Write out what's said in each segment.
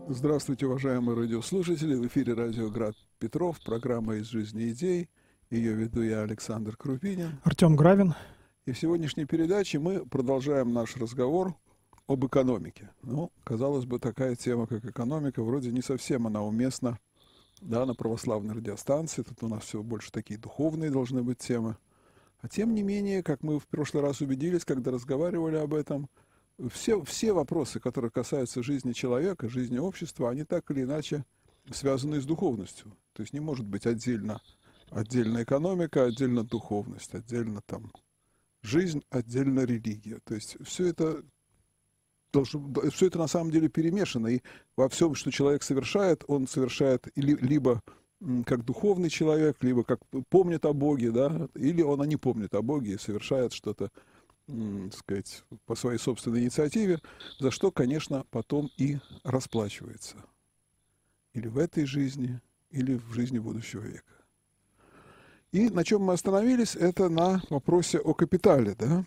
Здравствуйте, уважаемые радиослушатели. В эфире радио «Град Петров», программа «Из жизни идей». Ее веду я, Александр Крупинин. Артем Гравин. И в сегодняшней передаче мы продолжаем наш разговор об экономике. Ну, казалось бы, такая тема, как экономика, вроде не совсем она уместна, да, на православной радиостанции. Тут у нас все больше такие духовные должны быть темы. А тем не менее, как мы в прошлый раз убедились, когда разговаривали об этом, все вопросы, которые касаются жизни человека, жизни общества, они так или иначе связаны с духовностью. То есть не может быть отдельно экономика, отдельно духовность, отдельно там жизнь, отдельно религия. То есть все это на самом деле перемешано. И во всем, что человек совершает, он совершает либо как духовный человек, либо как помнит о Боге, да, или он не помнит о Боге и совершает что-то, так сказать, по своей собственной инициативе, за что, конечно, потом и расплачивается. Или в этой жизни, или в жизни будущего века. И на чем мы остановились, это на вопросе о капитале, да?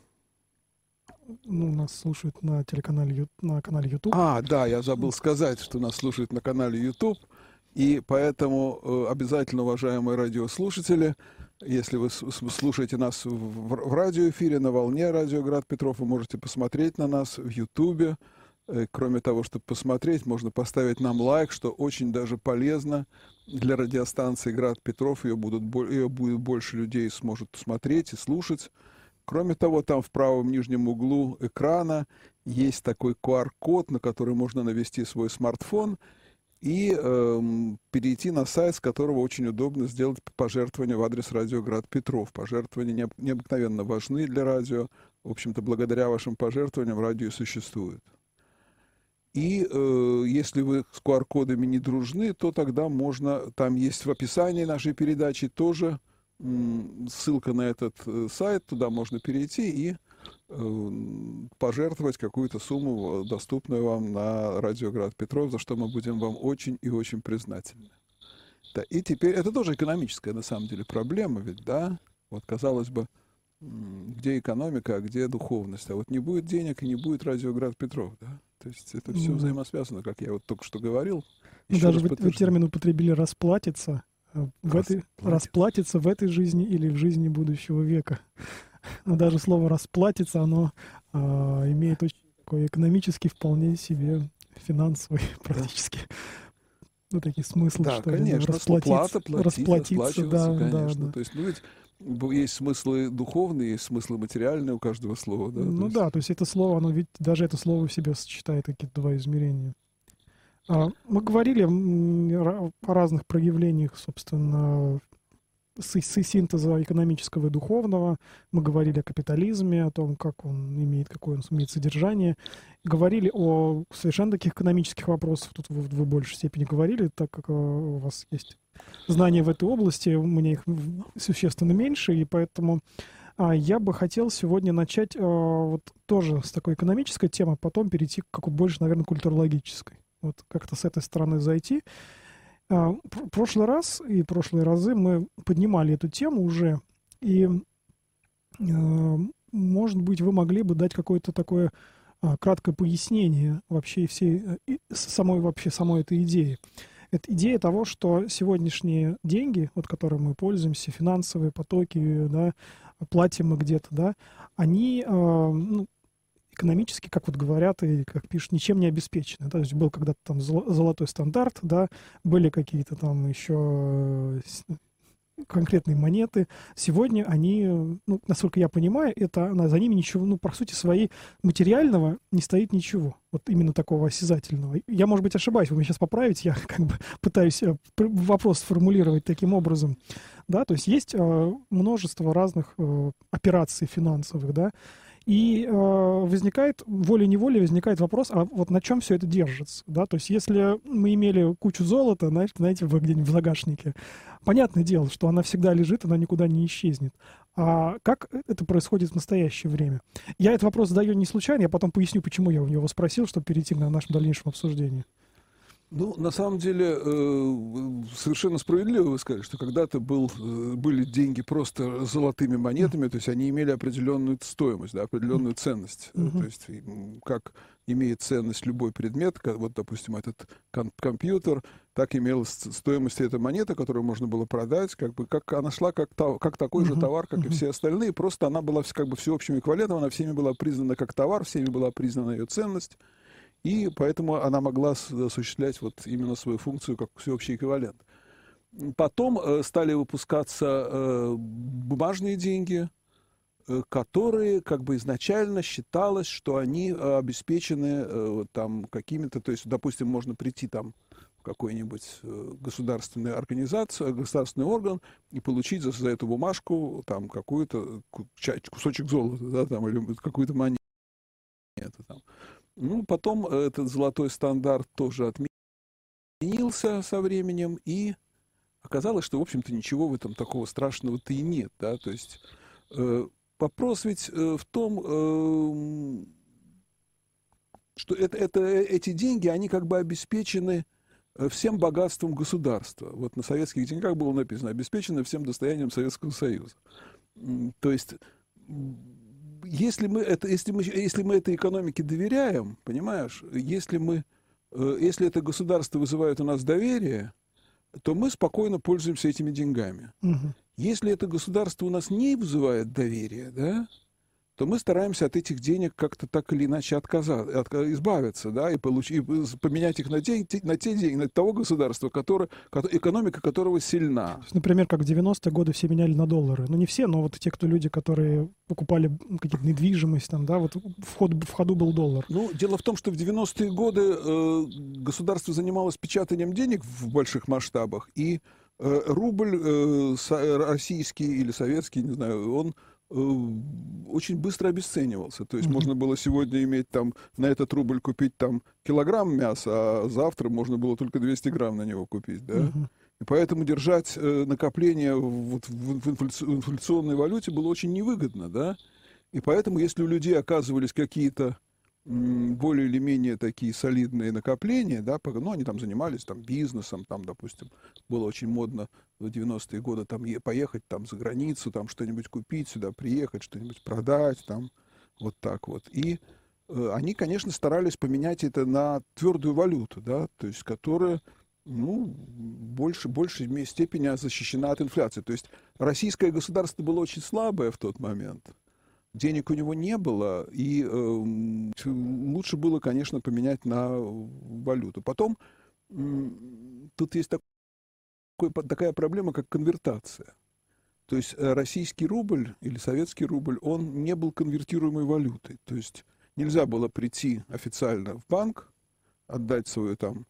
Ну, нас слушают на канале YouTube. Да, я забыл сказать, что нас слушают на канале YouTube. И поэтому обязательно, уважаемые радиослушатели, если вы слушаете нас в радиоэфире, на волне радио «Град Петров», вы можете посмотреть на нас в Ютубе. Кроме того, чтобы посмотреть, можно поставить нам лайк, что очень даже полезно для радиостанции «Град Петров». Ее будет больше людей сможет смотреть и слушать. Кроме того, там в правом нижнем углу экрана есть такой QR-код, на который можно навести свой смартфон и перейти на сайт, с которого очень удобно сделать пожертвование в адрес радио «Град Петров». Пожертвования необыкновенно важны для радио. В общем-то, благодаря вашим пожертвованиям радио существует. И если вы с QR-кодами не дружны, то тогда можно, там есть в описании нашей передачи тоже ссылка на этот сайт, туда можно перейти и пожертвовать какую-то сумму, доступную вам на радио «Град Петров», за что мы будем вам очень и очень признательны. Да, и теперь, это тоже экономическая, на самом деле, проблема, ведь, да? Вот, казалось бы, где экономика, а где духовность? А вот не будет денег и не будет радио «Град Петров», да? То есть это все взаимосвязано, как я вот только что говорил. Даже вы термин употребили «расплатиться». Расплатиться в этой жизни или в жизни будущего века. Но даже слово «расплатиться», оно имеет очень такой экономический, вполне себе финансовый практически. Ну, такие смыслы, да, что конечно, расплатиться, да, конечно. Да. То есть, ведь есть смыслы духовные, есть смыслы материальные у каждого слова. Да? Ну да, то есть это слово, оно ведь даже это слово в себе сочетает какие-то два измерения. Мы говорили о разных проявлениях, собственно, синтеза экономического и духовного. Мы говорили о капитализме, о том, какое он имеет содержание. Говорили о совершенно таких экономических вопросах. Тут вы в большей степени говорили, так как у вас есть знания в этой области. У меня их существенно меньше, и поэтому я бы хотел сегодня начать вот тоже с такой экономической темы, потом перейти к больше, наверное, культурологической. Вот как-то с этой стороны зайти. Прошлый раз и прошлые разы мы поднимали эту тему уже, и, может быть, вы могли бы дать какое-то такое краткое пояснение вообще самой этой идеи. Это идея того, что сегодняшние деньги, вот которыми мы пользуемся, финансовые потоки, да, платим мы где-то, да, они экономически, как вот говорят и как пишут, ничем не обеспечены. Да? То есть был когда-то там золотой стандарт, да, были какие-то там еще конкретные монеты. Сегодня они, насколько я понимаю, за ними ничего, по сути своей материального не стоит ничего. Вот именно такого осязательного. Я, может быть, ошибаюсь, вы меня сейчас поправите, я как бы пытаюсь вопрос сформулировать таким образом. Да? То есть множество разных операций финансовых, да, и волей-неволей возникает вопрос, а вот на чем все это держится, да, то есть если мы имели кучу золота, знаете, где-нибудь в загашнике, понятное дело, что она всегда лежит, она никуда не исчезнет. А как это происходит в настоящее время? Я этот вопрос задаю не случайно, я потом поясню, почему я у него спросил, чтобы перейти к нашему дальнейшему обсуждению. Ну, на самом деле, совершенно справедливо вы сказали, что когда-то были деньги просто золотыми монетами, то есть они имели определенную стоимость, да, определенную ценность. То Мгм. есть как имеет ценность любой предмет, вот, допустим, этот компьютер, так имела стоимость эта монета, которую можно было продать, как она шла как такой же Мгм. товар, как и Мгм. все остальные, просто она была как бы всеобщим эквивалентом, она всеми была признана как товар, всеми была признана ее ценность. И поэтому она могла осуществлять вот именно свою функцию как всеобщий эквивалент. Потом стали выпускаться бумажные деньги, которые как бы изначально считалось, что они обеспечены вот там какими-то, то есть, допустим, можно прийти там в какой-нибудь государственную организацию, государственный орган и получить за эту бумажку там какую-то кусочек золота, да, там, или какую-то монету. Там. Ну, потом этот золотой стандарт тоже изменился со временем, и оказалось, что, в общем-то, ничего в этом такого страшного-то и нет, да, то есть вопрос ведь в том, что эти деньги, они как бы обеспечены всем богатством государства. Вот на советских деньгах было написано, обеспечены всем достоянием Советского Союза. То есть если мы этой экономике доверяем, понимаешь, если это государство вызывает у нас доверие, то мы спокойно пользуемся этими деньгами. Мгм. Если это государство у нас не вызывает доверия, да, то мы стараемся от этих денег как-то так или иначе избавиться, да, и поменять их на те деньги, на того государства, экономика которого сильна. То есть, например, как в 90-е годы все меняли на доллары. Ну, не все, но вот те, кто люди, которые покупали какие-то недвижимость, там, да, вот в ходу был доллар. Ну, дело в том, что в 90-е годы государство занималось печатанием денег в больших масштабах, и рубль российский или советский, не знаю, он очень быстро обесценивался. То есть Мгм. можно было сегодня иметь там на этот рубль купить там килограмм мяса, а завтра можно было только 200 грамм на него купить, да? Мгм. И поэтому держать накопление вот в инфляционной валюте было очень невыгодно, да? И поэтому, если у людей оказывались какие-то более или менее такие солидные накопления, да, ну, они там занимались там бизнесом, там, допустим, было очень модно в 90-е годы там поехать там за границу, там что-нибудь купить, сюда приехать, что-нибудь продать, там, вот так вот. И они, конечно, старались поменять это на твердую валюту, да, то есть которая, ну, большей степени защищена от инфляции. То есть российское государство было очень слабое в тот момент, денег у него не было, и лучше было, конечно, поменять на валюту. Потом тут есть такая проблема, как конвертация. То есть российский рубль или советский рубль, он не был конвертируемой валютой. То есть нельзя было прийти официально в банк, отдать свою там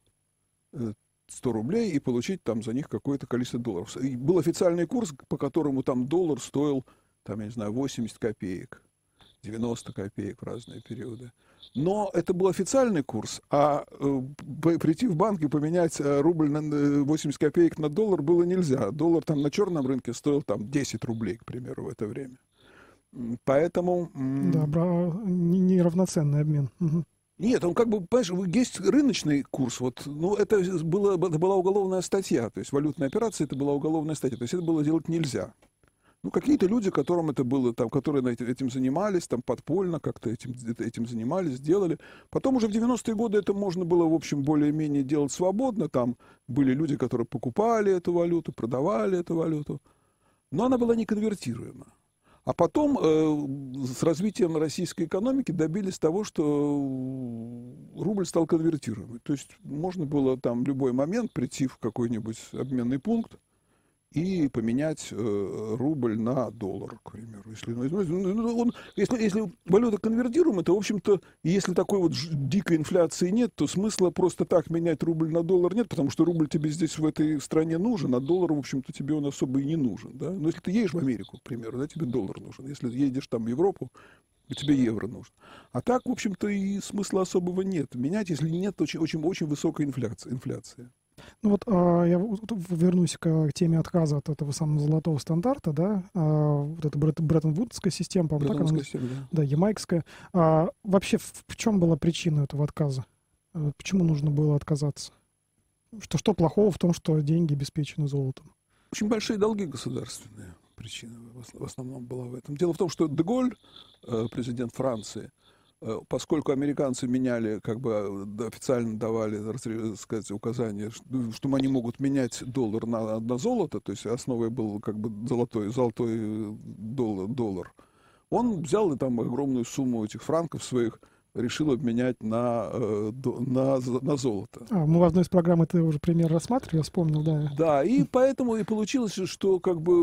100 рублей и получить там за них какое-то количество долларов. И был официальный курс, по которому там доллар стоил, там, я не знаю, 80 копеек. 90 копеек в разные периоды. Но это был официальный курс, а прийти в банк и поменять рубль на 80 копеек на доллар было нельзя. Доллар там на черном рынке стоил там 10 рублей, к примеру, в это время. Поэтому... Да, неравноценный обмен. Мгм. Нет, он как бы, понимаешь, есть рыночный курс. Вот, ну, это была уголовная статья. То есть валютная операция, это была уголовная статья. То есть это было делать нельзя. Ну, какие-то люди, которым это было, там, которые этим занимались, там, подпольно как-то этим занимались, делали. Потом уже в 90-е годы это можно было, в общем, более-менее делать свободно. Там были люди, которые покупали эту валюту, продавали эту валюту. Но она была неконвертируема. А потом с развитием российской экономики добились того, что рубль стал конвертируемый. То есть можно было там в любой момент прийти в какой-нибудь обменный пункт и поменять рубль на доллар, к примеру. Если валюта конвертируемая, то, в общем-то, если такой вот дикой инфляции нет, то смысла просто так менять рубль на доллар нет, потому что рубль тебе здесь, в этой стране, нужен, а доллар, в общем-то, тебе он особо и не нужен. Да? Но если ты едешь в Америку, к примеру, да, тебе доллар нужен. Если едешь там в Европу, то тебе евро нужно. А так, в общем-то, и смысла особого нет. Менять, если нет очень высокая инфляция. Ну вот я вернусь к теме отказа от этого самого золотого стандарта, да, вот это Бреттон-Вудская система, по-моему, так она Британская называется, система, да. да, ямайская. Вообще в чем была причина этого отказа? Почему нужно было отказаться? Что плохого в том, что деньги обеспечены золотом? Очень большие долги государственные. Причина в основном была в этом. Дело в том, что Деголь, президент Франции, поскольку американцы меняли, как бы официально давали, так сказать, указания, что они могут менять доллар на золото, то есть основой был как бы золотой доллар, он взял там огромную сумму этих франков своих, решил обменять на золото. Мы в одной из программ это уже пример рассматривали, я вспомнил, да. Да, и поэтому и получилось, что как бы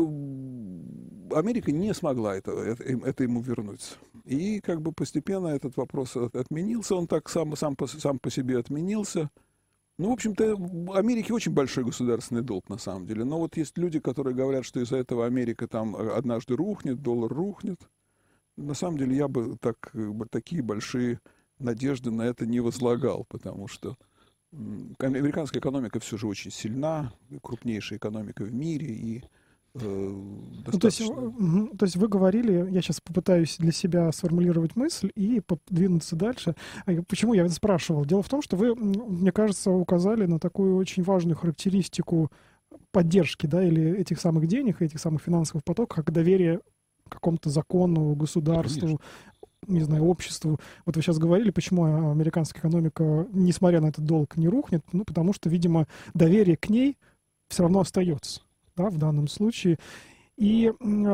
Америка не смогла это ему вернуть. И как бы постепенно этот вопрос отменился, он так сам по себе отменился. Ну, в общем-то, в Америке очень большой государственный долг, на самом деле. Но вот есть люди, которые говорят, что из-за этого Америка там однажды рухнет, доллар рухнет. На самом деле я бы такие большие надежды на это не возлагал, потому что американская экономика все же очень сильна, крупнейшая экономика в мире, и достаточно... То есть вы говорили, я сейчас попытаюсь для себя сформулировать мысль и подвинуться дальше. Почему я это спрашивал? Дело в том, что вы, мне кажется, указали на такую очень важную характеристику поддержки, да, или этих самых денег, этих самых финансовых потоков, как доверие какому-то закону, государству, конечно, не знаю, обществу. Вот вы сейчас говорили, почему американская экономика, несмотря на этот долг, не рухнет. Ну, потому что, видимо, доверие к ней все равно остается, да, в данном случае. И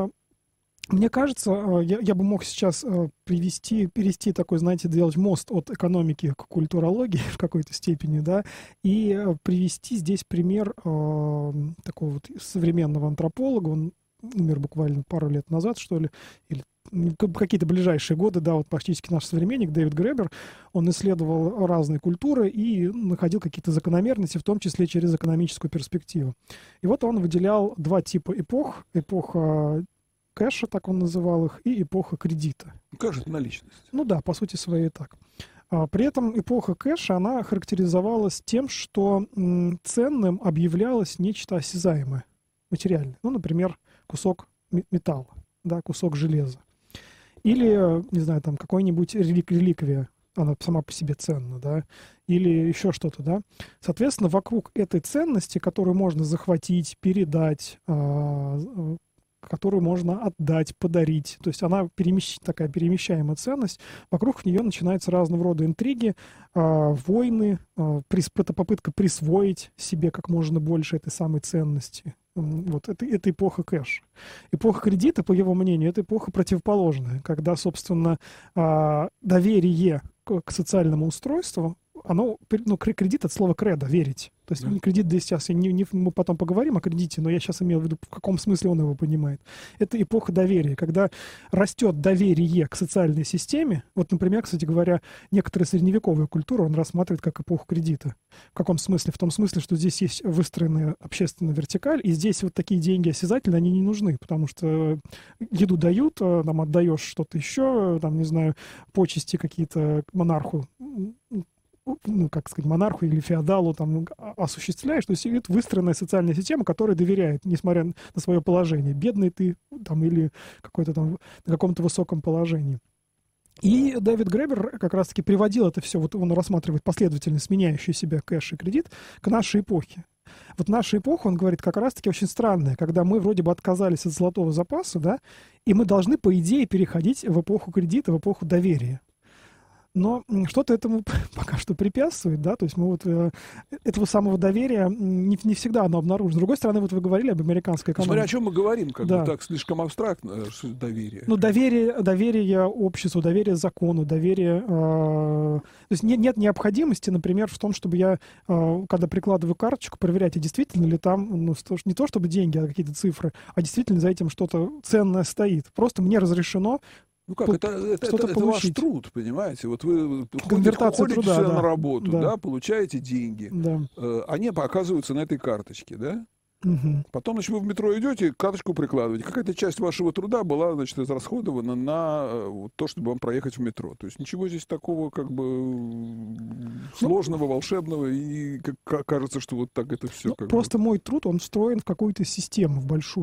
мне кажется, я бы мог сейчас перевести такой, знаете, сделать мост от экономики к культурологии в какой-то степени, да, и привести здесь пример такого вот современного антрополога. Он умер буквально пару лет назад, что ли, или какие-то ближайшие годы, да, вот практически наш современник Дэвид Гребер, он исследовал разные культуры и находил какие-то закономерности, в том числе через экономическую перспективу. И вот он выделял два типа эпох. Эпоха кэша, так он называл их, и эпоха кредита. Как же это наличность? Ну да, по сути своей так. При этом эпоха кэша, она характеризовалась тем, что ценным объявлялось нечто осязаемое, материальное. Ну, например, кусок металла, да, кусок железа. Или, не знаю, там какой-нибудь реликвия, она сама по себе ценна, да, или еще что-то, да. Соответственно, вокруг этой ценности, которую можно захватить, передать, которую можно отдать, подарить, то есть она такая перемещаемая ценность, вокруг нее начинаются разного рода интриги, войны, попытка присвоить себе как можно больше этой самой ценности. Вот это эпоха кэша. Эпоха кредита, по его мнению, это эпоха противоположная, когда, собственно, доверие к социальному устройству, кредит от слова кредо, верить. То есть кредит здесь сейчас, мы потом поговорим о кредите, но я сейчас имел в виду, в каком смысле он его понимает. Это эпоха доверия, когда растет доверие к социальной системе. Вот, например, кстати говоря, некоторые средневековые культуры он рассматривает как эпоху кредита. В каком смысле? В том смысле, что здесь есть выстроенная общественная вертикаль, и здесь вот такие деньги осязательные, они не нужны, потому что еду дают, там отдаешь что-то еще, там, не знаю, почести какие-то монарху, как сказать, монарху или феодалу там осуществляешь, то есть это выстроенная социальная система, которая доверяет, несмотря на свое положение, бедный ты там или какой-то там на каком-то высоком положении. И Дэвид Гребер как раз-таки приводил это все, вот он рассматривает последовательность меняющую себя кэш и кредит к нашей эпохе. Вот наша эпоха, он говорит, как раз-таки очень странная, когда мы вроде бы отказались от золотого запаса, да, и мы должны, по идее, переходить в эпоху кредита, в эпоху доверия. Но что-то этому пока что препятствует, да, то есть мы вот этого самого доверия не всегда оно обнаружено. С другой стороны, вот вы говорили об американской экономике. Смотря о чем мы говорим, как да. бы так слишком абстрактно, что доверие. Ну, доверие обществу, доверие закону, доверие... то есть нет необходимости, например, в том, чтобы я, когда прикладываю карточку, проверять, а действительно ли там, ну, не то чтобы деньги, а какие-то цифры, а действительно за этим что-то ценное стоит. Просто мне разрешено. Ну как, это ваш труд, понимаете? Вот вы ходите труда, на работу, да, получаете деньги, да. Они оказываются на этой карточке, да? Угу. Потом, значит, вы в метро идете, карточку прикладываете. Какая-то часть вашего труда была, значит, израсходована на то, чтобы вам проехать в метро. То есть ничего здесь такого, как бы, сложного, волшебного, и кажется, что вот так это все. Просто мой труд, он встроен в какую-то систему, в большую.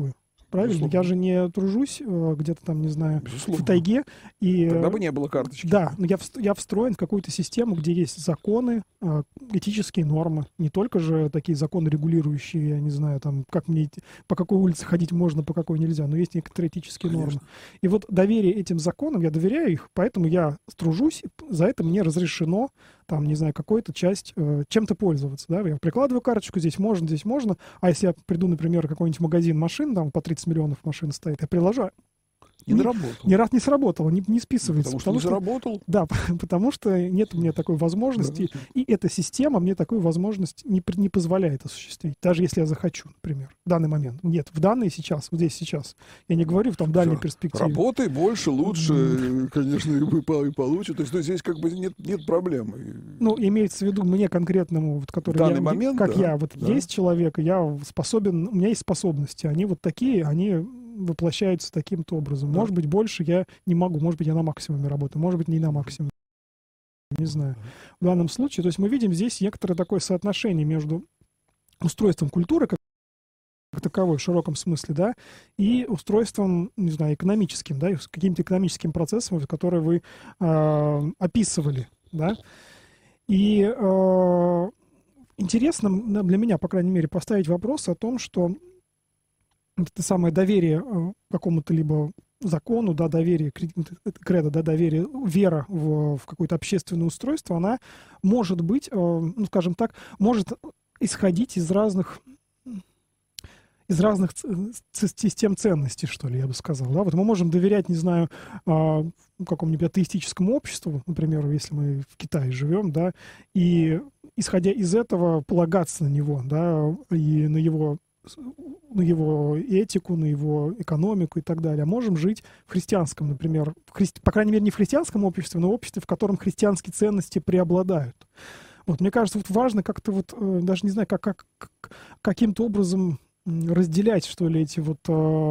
Правильно? Безусловно. Я же не тружусь где-то там, не знаю, Безусловно. в тайге. И, Тогда бы не было карточки. да, но я встроен в какую-то систему, где есть законы, этические нормы. Не только же такие законы, регулирующие, я не знаю, там, как мне, по какой улице ходить можно, по какой нельзя, но есть некоторые этические Конечно. нормы. И вот доверие этим законам, я доверяю их, поэтому я тружусь, за это мне разрешено, там, не знаю, какую-то часть чем-то пользоваться, да, я прикладываю карточку, здесь можно, а если я приду, например, в какой-нибудь магазин машин, там по 30 миллионов машин стоит, я приложу, Не доработал. ни раз не сработало, не списывается. Потому что не заработал. Да, потому что нет у меня такой возможности, Да. и эта система мне такую возможность не позволяет осуществить, даже если я захочу, например, в данный момент. Нет, в данный сейчас, вот здесь сейчас. Я не говорю в том дальней перспективе. Работай больше, лучше, конечно, и получит. То есть здесь как бы нет проблем. Ну, имеется в виду мне конкретному, вот, который В данный момент, как да, я, вот да. есть человек, и я способен, у меня есть способности, они вот такие, они воплощаются таким-то образом. Да. Может быть, больше я не могу, может быть, я на максимуме работаю, может быть, не на максимуме. Не знаю. В данном случае, то есть мы видим здесь некоторое такое соотношение между устройством культуры, как таковой, в широком смысле, да, и устройством, не знаю, экономическим, да, с какими-то экономическими процессами, которые вы описывали, да. И интересно для меня, по крайней мере, поставить вопрос о том, что это самое доверие какому-то либо закону, да, доверие, кредо, да, доверие, вера в какое-то общественное устройство, она может быть, ну, скажем так, может исходить из разных систем ценностей, что ли, я бы сказал. Да? Вот мы можем доверять, не знаю, какому-нибудь атеистическому обществу, например, если мы в Китае живем, да, и, исходя из этого, полагаться на него, да, и на его этику, на его экономику и так далее. А можем жить в христианском, например, по крайней мере, не в христианском обществе, но в обществе, в котором христианские ценности преобладают. Вот, мне кажется, вот важно как-то вот, даже не знаю, каким-то образом разделять, что ли, эти вот...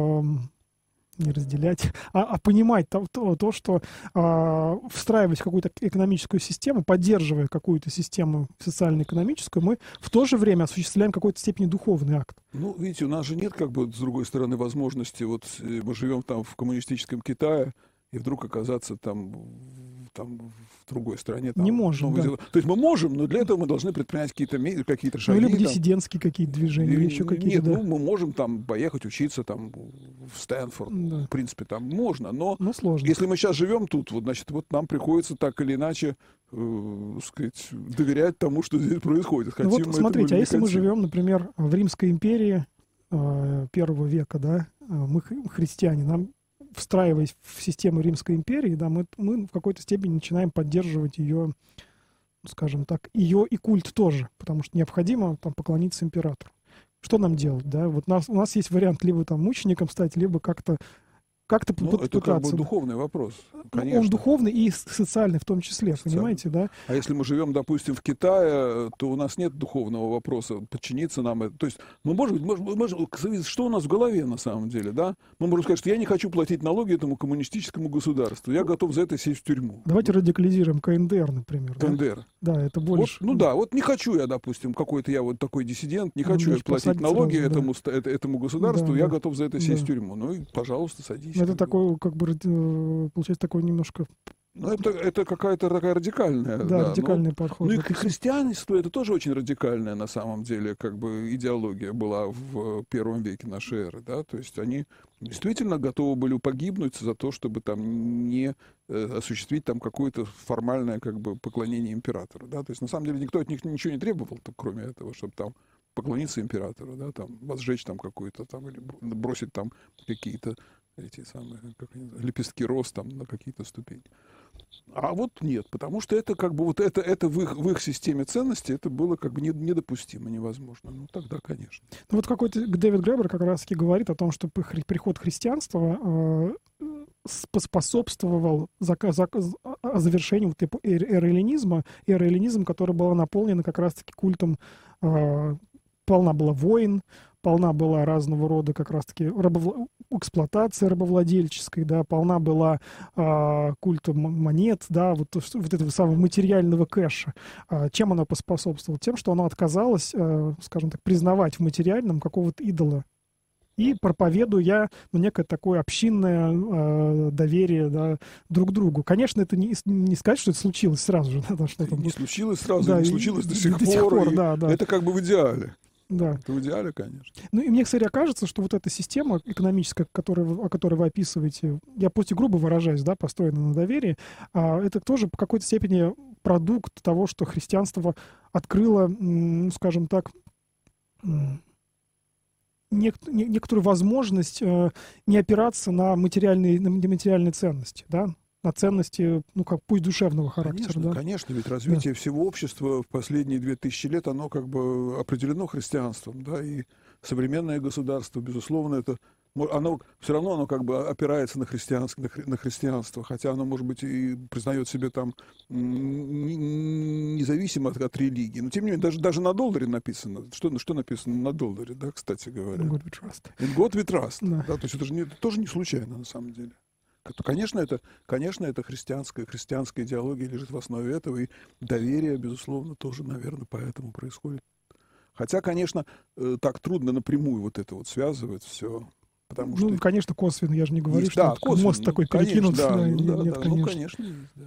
не разделять, а понимать то, что встраивать в какую-то экономическую систему, поддерживая какую-то систему социально-экономическую, мы в то же время осуществляем в какой-то степени духовный акт. Ну, видите, у нас же нет, как бы, с другой стороны, возможности, вот мы живем там в коммунистическом Китае, и вдруг оказаться там в другой стране. Там, не можем, да. То есть мы можем, но для этого мы должны предпринять какие-то шаги. Ну, либо там. диссидентские какие-то движения, или еще какие-то, Нет, да. ну, мы можем там поехать учиться там в Стэнфорд. Да. В принципе, там можно, но сложно. если мы сейчас живем тут, вот, значит, вот нам приходится так или иначе, сказать, доверять тому, что здесь происходит. Ну, вот смотрите, а если мы живем, живем, например, в Римской империи первого века, да, мы христиане, нам, встраиваясь в систему Римской империи, да, мы в какой-то степени начинаем поддерживать ее, скажем так, ее и культ тоже, потому что необходимо там поклониться императору. Что нам делать, да? Вот у нас есть вариант либо там мучеником стать, либо как-то ну, это как бы духовный вопрос, конечно. Он духовный и социальный в том числе, понимаете, да? А если мы живем, допустим, в Китае, то у нас нет духовного вопроса подчиниться нам. То есть мы можем, что у нас в голове на самом деле, да? Мы можем сказать, что я не хочу платить налоги этому коммунистическому государству, я готов за это сесть в тюрьму. Давайте радикализируем КНДР, например. КНДР. Да, это больше... Вот, ну да, вот не хочу я, допустим, какой-то я вот такой диссидент, не хочу я платить налоги сразу, этому государству, да, я да. готов за это сесть в тюрьму. Ну и, пожалуйста, садись. Это такой, как бы, получается, такой немножко... Ну, это какая-то такая радикальная... Да, радикальный подход. Ну и христианство, это тоже очень радикальная, на самом деле, как бы идеология была в первом веке нашей эры, да, то есть они действительно готовы были погибнуть за то, чтобы там не осуществить там какое-то формальное, как бы, поклонение императору, да, то есть на самом деле никто от них ничего не требовал, кроме этого, чтобы там поклониться императору, да, там, возжечь там какую-то там, или бросить там какие-то эти самые, лепестки роз там на какие-то ступени. А вот нет, потому что это как бы вот это в их системе ценностей это было как бы недопустимо, невозможно. Ну тогда, конечно. Ну вот какой-то Дэвид Гребер как раз-таки говорит о том, что приход христианства способствовал завершению вот эры эллинизма, которая была наполнена как раз-таки культом, полна была войн, полна была разного рода как раз-таки эксплуатации рабовладельческой, да, полна была культом монет, да, вот этого самого материального кэша. Чем она поспособствовала? Тем, что она отказалась, скажем так, признавать в материальном какого-то идола, И проповедую я некое такое общинное доверие, да, друг к другу. Конечно, это не сказать, что это случилось сразу же. Да, что там, Не случилось сразу, да, не случилось до сих до сих пор. пор, да, да. Это как бы в идеале. Да. Это в идеале, конечно. Ну и мне, кстати, кажется, что вот эта система экономическая, о которой вы описываете, я пусть и грубо выражаюсь, да, построена на доверии, это тоже в какой-то степени продукт того, что христианство открыло, скажем так, некоторую возможность не опираться на материальные ценности, да, на ценности, ну, как пусть душевного характера. Конечно, да? конечно, ведь развитие всего общества в последние 2000 лет, оно как бы определено христианством, да, и современное государство, безусловно, оно все равно оно как бы опирается на христианство, хотя оно, может быть, и признает себе там независимо от религии. Но тем не менее, даже на долларе написано. Что написано на долларе, да, кстати говоря? In God we trust. In God we trust. Да. Да, то есть это тоже не случайно на самом деле. Конечно, это христианская идеология лежит в основе этого, и доверие, безусловно, тоже, наверное, поэтому происходит. Хотя, конечно, так трудно напрямую вот это вот связывать все. Потому что конечно, косвенно, я же не говорю, есть, что да, косвенно, мост такой перекинуться. Да, Нет, конечно. Ну, конечно, есть, да.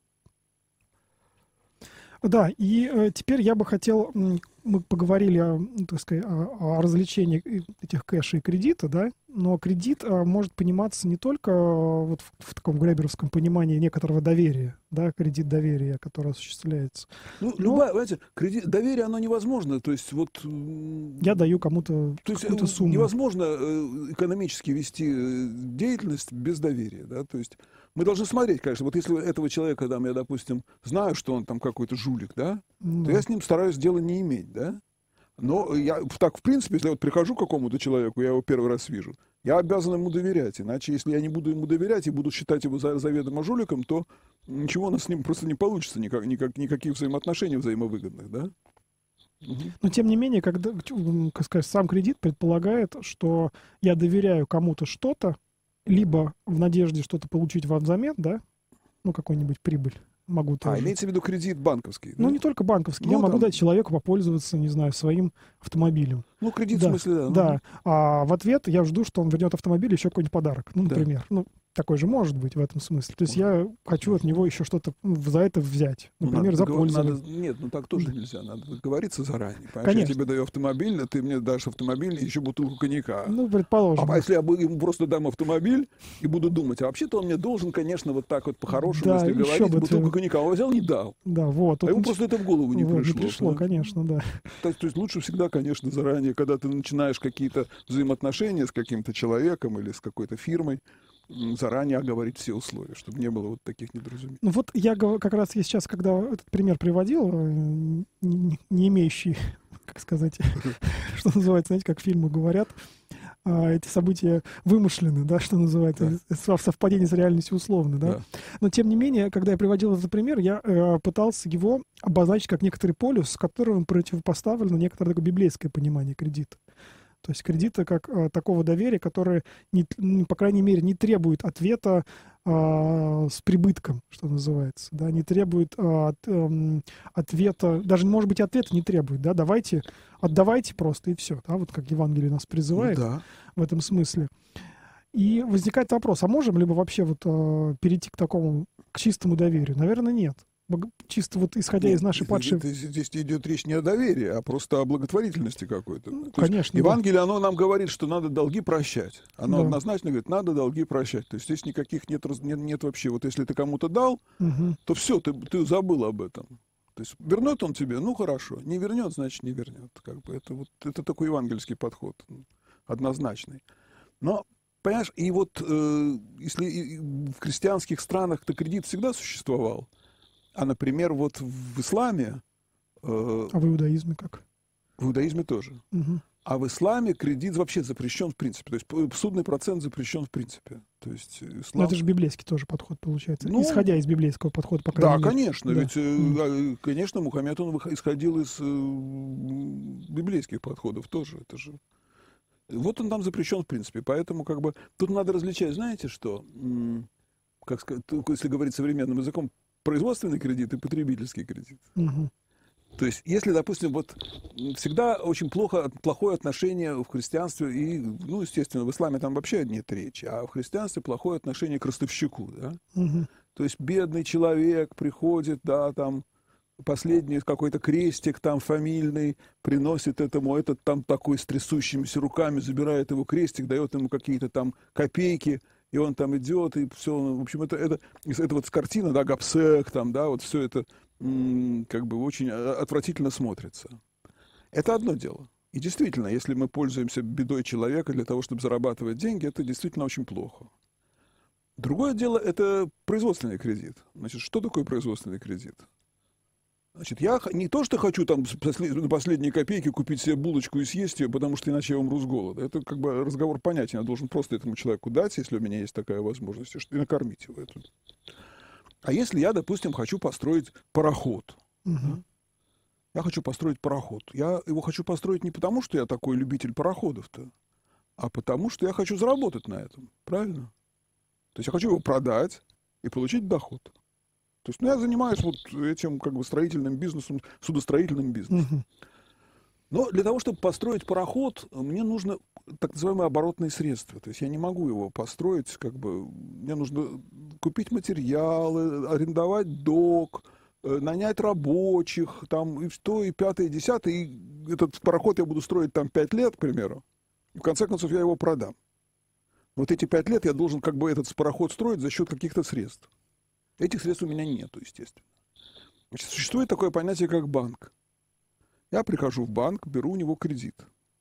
Да, и теперь я бы хотел, мы поговорили так сказать, о развлечении этих кэша и кредита, да, но кредит может пониматься не только вот в таком греберовском понимании некоторого доверия, да, кредит доверия, который осуществляется. Ну, знаете, доверие, оно невозможно, то есть вот... Я даю кому-то какую-то сумму. Невозможно экономически вести деятельность без доверия, да, то есть мы должны смотреть, конечно, вот если этого человека, там, я, допустим, знаю, что он там какой-то жулик, да, то я с ним стараюсь дела не иметь, да. Но я так, в принципе, если я вот прихожу к какому-то человеку, я его первый раз вижу, я обязан ему доверять. Иначе, если я не буду ему доверять и буду считать его заведомо жуликом, то ничего у нас с ним просто не получится, никаких взаимоотношений взаимовыгодных, да. Но, тем не менее, когда, как сказать, сам кредит предполагает, что я доверяю кому-то что-то, либо в надежде что-то получить взамен, да, ну, какую-нибудь прибыль. Могу тоже. Имеется в виду кредит банковский? Ну, не только банковский. Я могу дать человеку попользоваться, не знаю, своим автомобилем. Ну, кредит в смысле, да. Да. А в ответ я жду, что он вернет автомобиль и еще какой-нибудь подарок. Ну, например. Да. Ну, такой же может быть в этом смысле. То есть я хочу от него еще что-то за это взять. Например, за пользование. Нет, ну так тоже нельзя. Надо договориться заранее. Конечно. Я тебе даю автомобиль, а ты мне дашь автомобиль и еще бутылку коньяка. Ну, предположим. А если я ему просто дам автомобиль и буду думать, а вообще-то он мне должен, конечно, вот так вот по-хорошему, да, если говорить, бутылку коньяка. Он взял, не дал. Да, вот. А ему просто это в голову не пришло. Не пришло, конечно, да. То есть лучше всегда, конечно, заранее, когда ты начинаешь какие-то взаимоотношения с каким-то человеком или с какой-то фирмой, заранее оговорить все условия, чтобы не было вот таких недоразумений. Ну вот я как раз сейчас, когда этот пример приводил, не имеющий, как сказать, что называется, знаете, как фильмы говорят, эти события вымышлены, да, что называется, совпадение с реальностью условно, да. Но тем не менее, когда я приводил этот пример, я пытался его обозначить как некоторый полюс, с которым противопоставлено некоторое такое библейское понимание кредита. То есть кредита как такого доверия, которое, по крайней мере, не требует ответа с прибытком, что называется, да, не требует ответа, даже, может быть, ответа не требует, да, отдавайте просто и все, да, вот как Евангелие нас призывает в этом смысле. И возникает вопрос, а можем ли мы вообще вот перейти к чистому доверию? Наверное, нет. Чисто вот исходя из нашей падшей... Здесь идет речь не о доверии, а просто о благотворительности какой-то. Конечно. Евангелие, оно нам говорит, что надо долги прощать. Оно однозначно говорит, надо долги прощать. То есть здесь никаких нет вообще. Вот если ты кому-то дал, то все, ты забыл об этом. То есть вернет он тебе, ну хорошо. Не вернет, значит не вернет. Как бы это такой евангельский подход. Однозначный. Но, понимаешь, и вот если в христианских странах-то кредит всегда существовал, а, например, вот в исламе... А в иудаизме как? В иудаизме тоже. Угу. А в исламе кредит вообще запрещен в принципе. То есть судный процент запрещен в принципе. То есть ислам... Но это же библейский тоже подход получается. Ну, исходя из библейского подхода, по крайней мере. Да, конечно. Да. Ведь, конечно, Мухаммед, он исходил из библейских подходов тоже. Это же... Вот он там запрещен в принципе. Поэтому как бы тут надо различать, знаете что? Как сказать, если говорить современным языком, производственный кредит и потребительский кредит. Угу. То есть, если, допустим, вот всегда очень плохое отношение в христианстве, и, ну, естественно, в исламе там вообще нет речи, а в христианстве плохое отношение к ростовщику, да? Мгм. То есть бедный человек приходит, да, там, последний какой-то крестик там фамильный, приносит этому, этот там такой с трясущимися руками, забирает его крестик, дает ему какие-то там копейки, и он там идет, и все, в общем, это вот картина, да, гапсек, там, да, вот все это как бы очень отвратительно смотрится. Это одно дело. И действительно, если мы пользуемся бедой человека для того, чтобы зарабатывать деньги, это действительно очень плохо. Другое дело – это производственный кредит. Значит, что такое производственный кредит? Значит, я не то, что хочу там на последние копейки купить себе булочку и съесть ее, потому что иначе я умру с голода. Это как бы разговор понятен. Я должен просто этому человеку дать, если у меня есть такая возможность, и накормить его. А если я, допустим, хочу построить пароход? Мгм. Я хочу построить пароход. Я его хочу построить не потому, что я такой любитель пароходов-то, а потому, что я хочу заработать на этом. Правильно? То есть я хочу его продать и получить доход. То есть, ну, я занимаюсь вот этим как бы строительным бизнесом, судостроительным бизнесом. Мгм. Но для того, чтобы построить пароход, мне нужно так называемые оборотные средства. То есть я не могу его построить, как бы, мне нужно купить материалы, арендовать док, нанять рабочих, там, и что, и пятое, и десятое. И этот пароход я буду строить там 5 лет, к примеру. И в конце концов я его продам. Вот эти 5 лет я должен как бы этот пароход строить за счет каких-то средств. Этих средств у меня нету, естественно. Значит, существует такое понятие, как банк. Я прихожу в банк, беру у него кредит.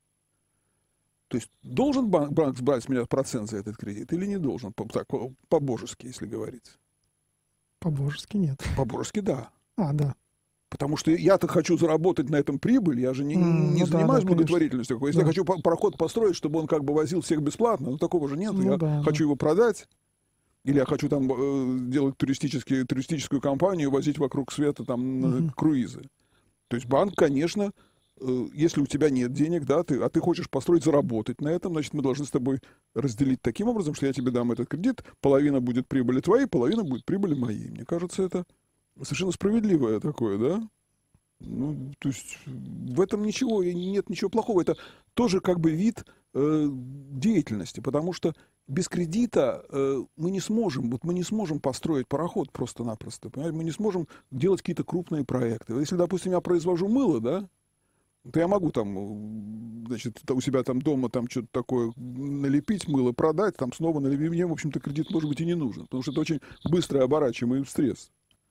То есть должен банк брать с меня процент за этот кредит или не должен? По-божески, если говорить. По-божески нет. По-божески, да. А, да. Потому что я-то хочу заработать на этом прибыль, я же не Ну да, занимаюсь да, благотворительностью. Если Да. я хочу пароход построить, чтобы он как бы возил всех бесплатно, ну такого же нет. Ну Я да, хочу да. его продать, или я хочу там делать туристическую компанию, возить вокруг света там Мгм. круизы. То есть банк, конечно, если у тебя нет денег, да, ты хочешь построить, заработать на этом, значит, мы должны с тобой разделить таким образом, что я тебе дам этот кредит, половина будет прибыли твоей, половина будет прибыли моей. Мне кажется, это совершенно справедливое такое, да? Ну, то есть в этом ничего, нет ничего плохого. Это тоже как бы вид деятельности, потому что без кредита мы не сможем построить пароход просто-напросто. Понимаете? Мы не сможем делать какие-то крупные проекты. Если, допустим, я произвожу мыло, да, то я могу там, значит, у себя там дома там что-то такое налепить, мыло продать, там снова налепить. Мне, в общем-то, кредит, может быть, и не нужен, потому что это очень быстрый оборачиваемый средств.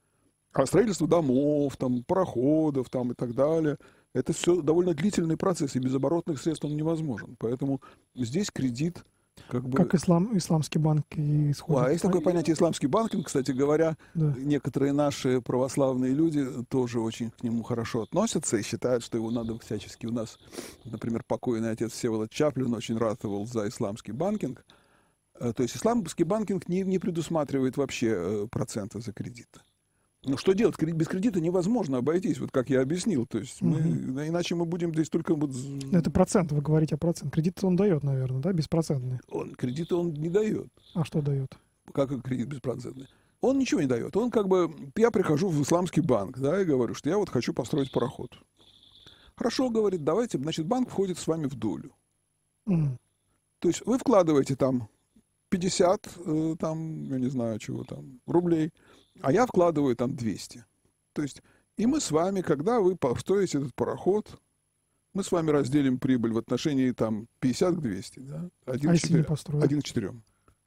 А строительство домов, там, пароходов там, и так далее, это все довольно длительный процесс, и без оборотных средств он невозможен. Поэтому здесь кредит как бы... Как исламский банк и исходит. А есть такое понятие исламский банкинг, кстати говоря, Да. некоторые наши православные люди тоже очень к нему хорошо относятся и считают, что его надо всячески. У нас, например, покойный отец Всеволод Чаплин очень ратовал за исламский банкинг. То есть исламский банкинг не предусматривает вообще процента за кредит. Ну, что делать? Без кредита невозможно обойтись, вот как я объяснил. То есть иначе мы будем здесь только... Вот... Это процент, вы говорите о процент. Кредит он дает, наверное, да, беспроцентный? Кредиты он не дает. А что дает? Как кредит беспроцентный? Он ничего не дает. Он как бы... Я прихожу в исламский банк, да, и говорю, что я вот хочу построить пароход. Хорошо, говорит, давайте, значит, банк входит с вами в долю. Мгм. То есть вы вкладываете там 50, там, я не знаю, чего там, рублей, а я вкладываю там 200. То есть, и мы с вами, когда вы построите этот пароход, мы с вами разделим прибыль в отношении там 50 к 200, да? А если не построить? 1 к 4.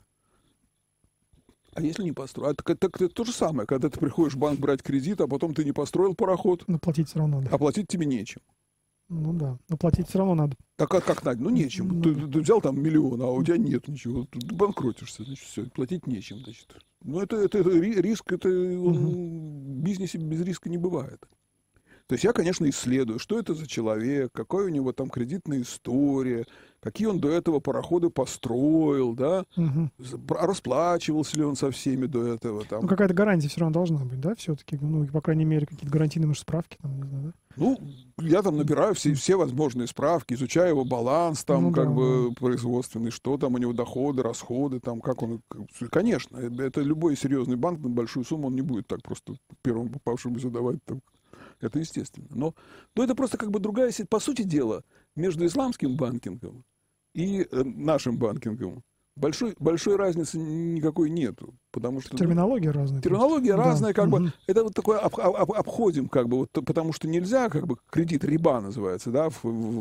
А если не построил? Так это то же самое, когда ты приходишь в банк брать кредит, а потом ты не построил пароход, Но платить все равно надо. а платить тебе нечем. Ну да, но платить все равно надо. Так как надо? Ну, нечем. Ну, Ты взял там миллион, а у тебя нет ничего. Ты банкротишься, значит, все, платить нечем, значит. Ну, это риск, это в бизнесе без риска не бывает. То есть я, конечно, исследую, что это за человек, какая у него там кредитная история, какие он до этого пароходы построил, да, Мгм. расплачивался ли он со всеми до этого. Там. Ну, какая-то гарантия все равно должна быть, да, все-таки? Ну, по крайней мере, какие-то гарантийные, может, справки, там, не знаю, да? Ну, я там набираю все возможные справки, изучаю его баланс, там, Ну как да, бы, производственный, что там у него доходы, расходы, там, как он... Конечно, это любой серьезный банк на большую сумму он не будет так просто первому попавшемуся давать там Это естественно. Но это просто как бы другая сеть. По сути дела, между исламским банкингом и нашим банкингом большой разницы никакой нету. Потому что терминология разная. Терминология разная, как бы. Мгм. Это вот такое обходим, как бы, вот, потому что нельзя, как бы, кредит риба называется, да,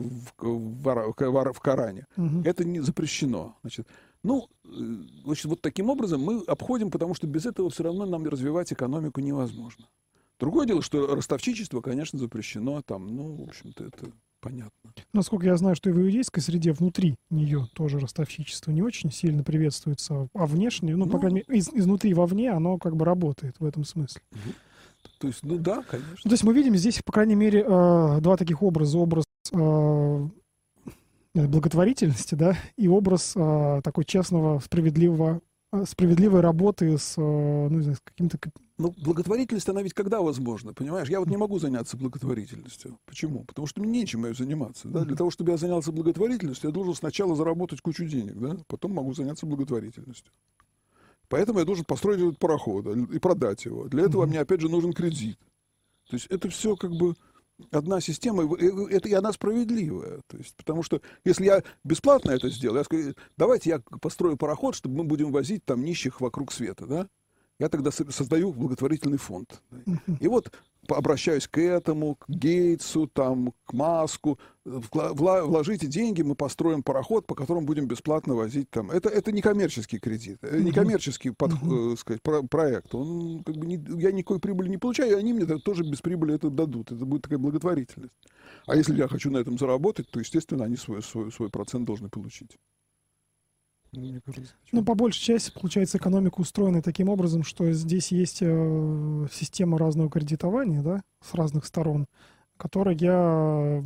в Коране. Мгм. Это не запрещено. Значит, вот таким образом мы обходим, потому что без этого все равно нам развивать экономику невозможно. Другое дело, что ростовщичество, конечно, запрещено. Там, в общем-то, это понятно. Насколько я знаю, что и в иудейской среде внутри нее тоже ростовщичество не очень сильно приветствуется, а внешне, по крайней мере, изнутри вовне оно как бы работает в этом смысле. То есть, да, конечно. То есть мы видим здесь, по крайней мере, два таких образа. Образ благотворительности, да, и образ такой честного, справедливой работы с, не знаю, с каким-то... Благотворительность, она ведь когда возможна, понимаешь? Я вот не могу заняться благотворительностью. Почему? Потому что мне нечем ею заниматься. Да? Для того, чтобы я занялся благотворительностью, я должен сначала заработать кучу денег, да? Потом могу заняться благотворительностью. Поэтому я должен построить этот пароход и продать его. Для этого мне, опять же, нужен кредит. То есть это все как бы одна система, и она справедливая. То есть, потому что если я бесплатно это сделаю, я скажу, давайте я построю пароход, чтобы мы будем возить там нищих вокруг света, да? Я тогда создаю благотворительный фонд. И вот обращаюсь к этому, к Гейтсу, там, к Маску. Вложите деньги, мы построим пароход, по которому будем бесплатно возить там. Это не коммерческий кредит, не коммерческий проект. Он, как бы, я никакой прибыли не получаю, и они мне тоже без прибыли это дадут. Это будет такая благотворительность. А если я хочу на этом заработать, то, естественно, они свой процент должны получить. По большей части, получается, экономика устроена таким образом, что здесь есть система разного кредитования, да, с разных сторон, которая,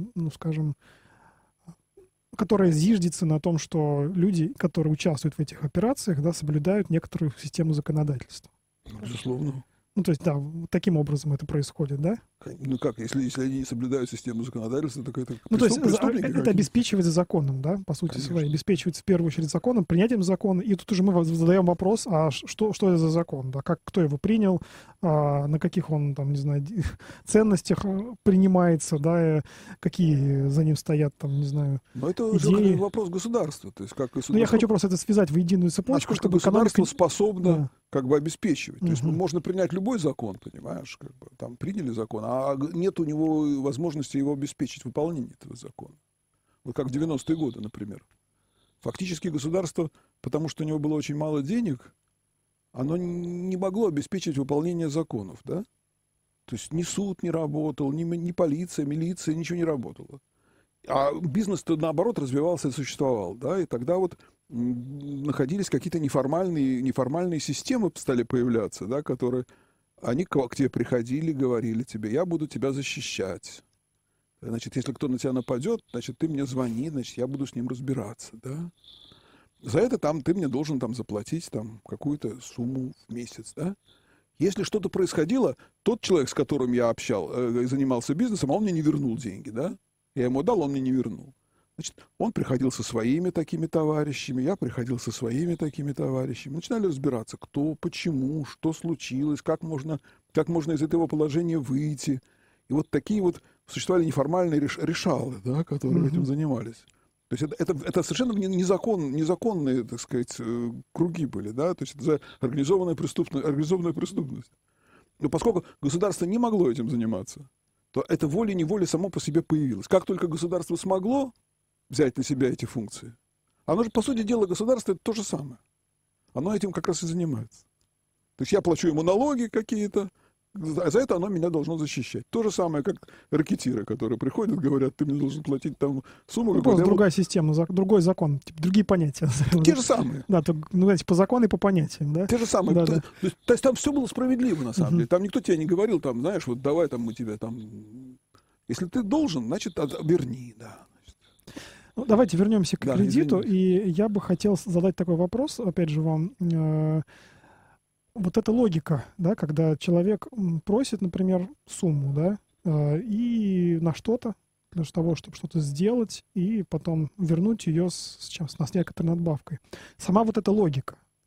которая зиждется на том, что люди, которые участвуют в этих операциях, да, соблюдают некоторую систему законодательства. Безусловно. То есть, да, таким образом это происходит, да? Как, если они не соблюдают систему законодательства, так это то есть это обеспечивается законом, да, по сути своей. Обеспечивается в первую очередь законом, принятием закона. И тут уже мы задаем вопрос, а что это за закон, да, кто его принял, на каких он, там, не знаю, ценностях принимается, да, какие за ним стоят, там, не знаю, Но это идеи. уже вопрос государства. То есть как государство... я хочу просто это связать в единую цепочку, чтобы государство способно как бы обеспечивать. То есть можно принять любой закон, понимаешь, как бы, там приняли закон, а нет у него возможности его обеспечить, выполнение этого закона. Вот как в 90-е годы, например. Фактически государство, потому что у него было очень мало денег, оно не могло обеспечить выполнение законов, да? То есть ни суд не работал, ни полиция, милиция, ничего не работало. А бизнес-то, наоборот, развивался и существовал, да? И тогда вот находились какие-то неформальные системы, стали появляться, да, которые... Они к тебе приходили, говорили тебе, я буду тебя защищать. Значит, если кто на тебя нападет, значит, ты мне звони, значит, я буду с ним разбираться, да. За это ты мне должен заплатить какую-то сумму в месяц, да. Если что-то происходило, тот человек, с которым я занимался бизнесом, он мне не вернул деньги, да. Я ему дал, он мне не вернул. Значит, он приходил со своими такими товарищами, я приходил со своими такими товарищами. Начинали разбираться, кто, почему, что случилось, как можно из этого положения выйти. И вот такие вот существовали неформальные решалы, да, которые этим занимались. То есть это совершенно незаконные, так сказать, круги были, да, то есть это организованная преступность. Но поскольку государство не могло этим заниматься, то это волей-неволей само по себе появилось. Как только государство смогло взять на себя эти функции, оно же, по сути дела, государство — это то же самое. Оно этим как раз и занимается. То есть я плачу ему налоги какие-то, а за это оно меня должно защищать. То же самое, как ракетиры, которые приходят, говорят, ты мне должен платить там сумму. Просто другая система, другой закон, другие понятия. Те же самые. Да, по закону и по понятиям, да? Те же самые. Да, то есть там все было справедливо, на самом деле. Там никто тебе не говорил, там, знаешь, вот давай там мы тебе там... Если ты должен, значит, верни, да. Давайте вернемся к кредиту. И я бы хотел задать такой вопрос, опять же, вам. Вот эта логика, да, когда человек просит, например, сумму, да, и на что-то, для того, чтобы что-то сделать, и потом вернуть ее с некоторой надбавкой. Сама вот эта логика,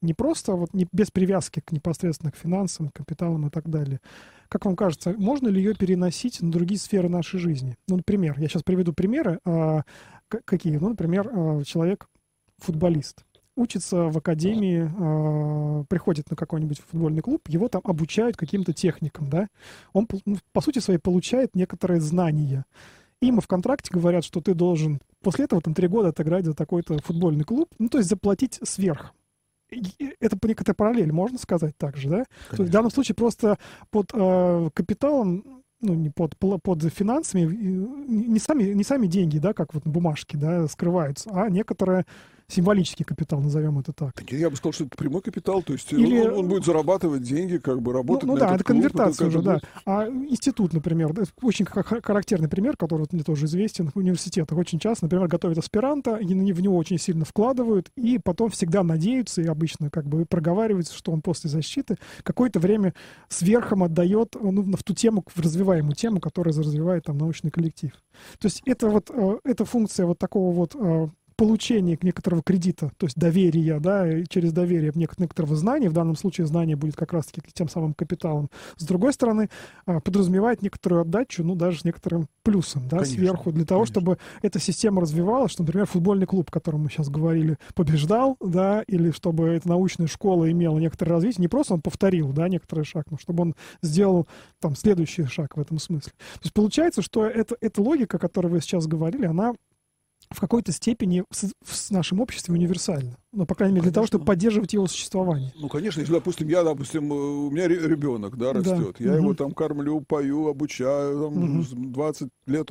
Не просто вот без привязки к непосредственно к финансам, капиталам и так далее. Как вам кажется, можно ли ее переносить на другие сферы нашей жизни? Ну, например, я сейчас приведу примеры. Какие? Ну, например, человек футболист. Учится в академии, приходит на какой-нибудь футбольный клуб, его там обучают каким-то техникам, да? Он, по сути своей, получает некоторые знания. И ему в контракте говорят, что ты должен после этого там 3 года отыграть за такой-то футбольный клуб, ну, то есть заплатить сверх. Это по некоторой параллели, можно сказать так же, да? То есть в данном случае просто под капиталом, ну, не под финансами, не сами деньги, да, как вот бумажки, да, скрываются, а некоторые символический капитал, назовем это так. Я бы сказал, что это прямой капитал, то есть Или... он будет зарабатывать деньги, как бы работать ну на да, этот это клуб, конвертация уже, да. будет... А институт, например, да, очень характерный пример, который вот мне тоже известен в университетах. Очень часто, например, готовят аспиранта, и в него очень сильно вкладывают, и потом всегда надеются, и обычно как бы проговаривается, что он после защиты какое-то время сверхом отдает в ту тему, в развиваемую тему, которая развивает там научный коллектив. То есть это вот, эта функция вот такого вот получение некоторого кредита, то есть доверия, да, и через доверие некоторого знания, в данном случае знание будет как раз-таки тем самым капиталом. С другой стороны, подразумевает некоторую отдачу, ну, даже с некоторым плюсом, да, конечно, сверху, для того, чтобы эта система развивалась, что, например, футбольный клуб, о котором мы сейчас говорили, побеждал, да, или чтобы эта научная школа имела некоторое развитие, не просто он повторил, да, некоторый шаг, но чтобы он сделал там следующий шаг в этом смысле. То есть получается, что эта логика, о которой вы сейчас говорили, она в какой-то степени в нашем обществе универсальна. Ну, по крайней мере, для того, чтобы поддерживать его существование. Ну, конечно, если, допустим, у меня ребенок, да, растет, я его там кормлю, пою, обучаю, там, 20 лет,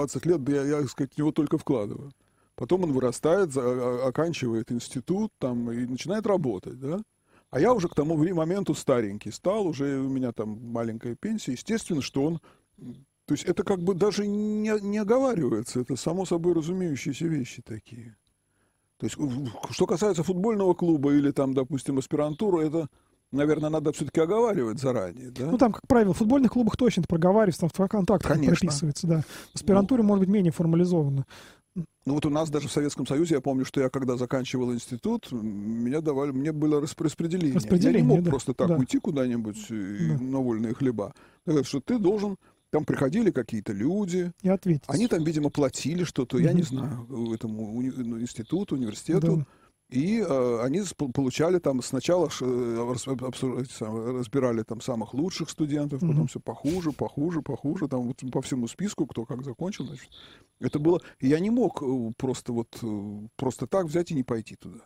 я, так сказать, в него только вкладываю. Потом он вырастает, оканчивает институт, там, и начинает работать, да. А я уже к тому моменту старенький стал, уже у меня там маленькая пенсия. Естественно, что он... То есть это как бы даже не оговаривается, это само собой разумеющиеся вещи такие. То есть что касается футбольного клуба или там, допустим, аспирантуру, это, наверное, надо все-таки оговаривать заранее, да? Ну там, как правило, в футбольных клубах точно это проговаривается, там в контрактах прописывается, да. В аспирантуре может быть менее формализовано. Ну вот у нас даже в Советском Союзе, я помню, что я когда заканчивал институт, мне было распределение. Я не мог просто так уйти куда-нибудь на вольные хлеба. Что ты должен... Там приходили какие-то люди, и ответить. Они там, видимо, платили что-то, я не знаю, этому институту, университету, и они получали там сначала разбирали там самых лучших студентов, потом все похуже, там вот по всему списку, кто как закончил, значит. Это было... И я не мог просто так взять и не пойти туда.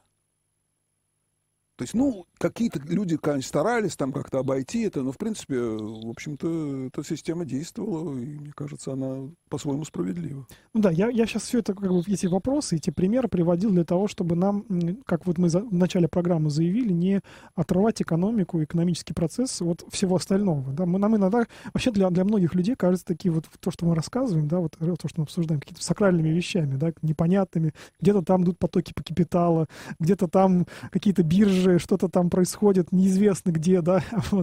То есть, ну, какие-то люди, конечно, старались там как-то обойти это, но, в принципе, в общем-то, эта система действовала, и, мне кажется, она по-своему справедлива. Ну да, я сейчас все это, как бы, эти вопросы, эти примеры приводил для того, чтобы нам, как вот мы в начале программы заявили, не отрывать экономику, экономический процесс от всего остального. Да? Нам иногда, вообще для многих людей кажется такие вот, то, что мы рассказываем, да, вот то, что мы обсуждаем, какими-то сакральными вещами, да, непонятными, где-то там идут потоки по капитала, где-то там какие-то биржи, что-то там происходит, неизвестно где, да, вот.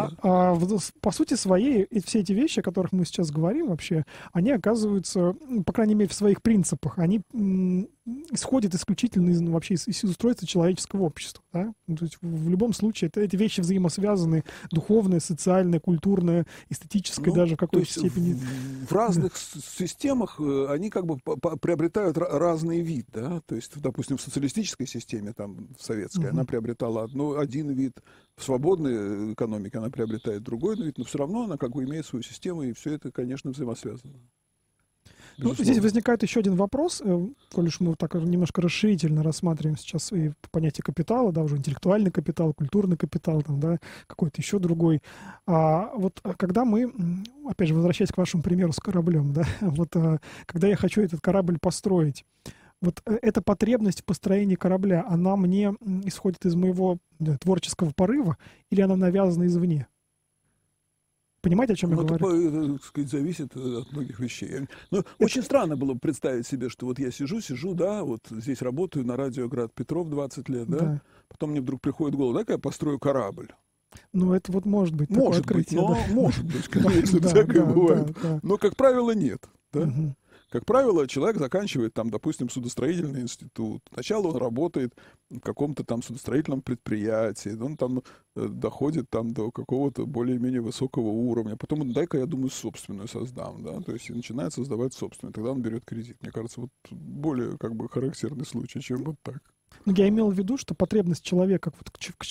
По сути своей, все эти вещи, о которых мы сейчас говорим вообще, они оказываются, по крайней мере, в своих принципах, они исходят исключительно из устройства человеческого общества, да? То есть в любом случае эти вещи взаимосвязаны, духовное, социальное, культурное, эстетическое, даже в какой-то степени. В разных системах они как бы приобретают разный вид, да, то есть, допустим, в социалистической системе, там, в советской, она приобретала один вид, в свободной экономике она приобретает другой вид, но все равно она как бы имеет свою систему, и все это, конечно, взаимосвязано. Ну, здесь возникает еще один вопрос, коль уж мы так немножко расширительно рассматриваем сейчас и понятие капитала, да, уже интеллектуальный капитал, культурный капитал, там, да, какой-то еще другой. Вот когда мы, опять же, возвращаясь к вашему примеру с кораблем, да, вот когда я хочу этот корабль построить, вот эта потребность в построении корабля, она мне исходит из моего творческого порыва или она навязана извне? Понимаете, о чем я говорю? Это, так сказать, зависит от многих вещей. Но очень странно было бы представить себе, что вот я сижу, да, вот здесь работаю на радио «Град Петров» 20 лет, да, потом мне вдруг приходит в голову, да, я построю корабль. Ну, это вот может быть. Может быть, конечно, всякое бывает. Но, как правило, нет. Да? как правило, человек заканчивает там, допустим, судостроительный институт. Сначала он работает в каком-то там судостроительном предприятии, он там доходит там до какого-то более-менее высокого уровня. Потом, дай-ка, я думаю, собственную создам, да, то есть и начинает создавать собственную. Тогда он берет кредит. Мне кажется, вот более как бы характерный случай, чем вот так. Ну, я имел в виду, что потребность человека вот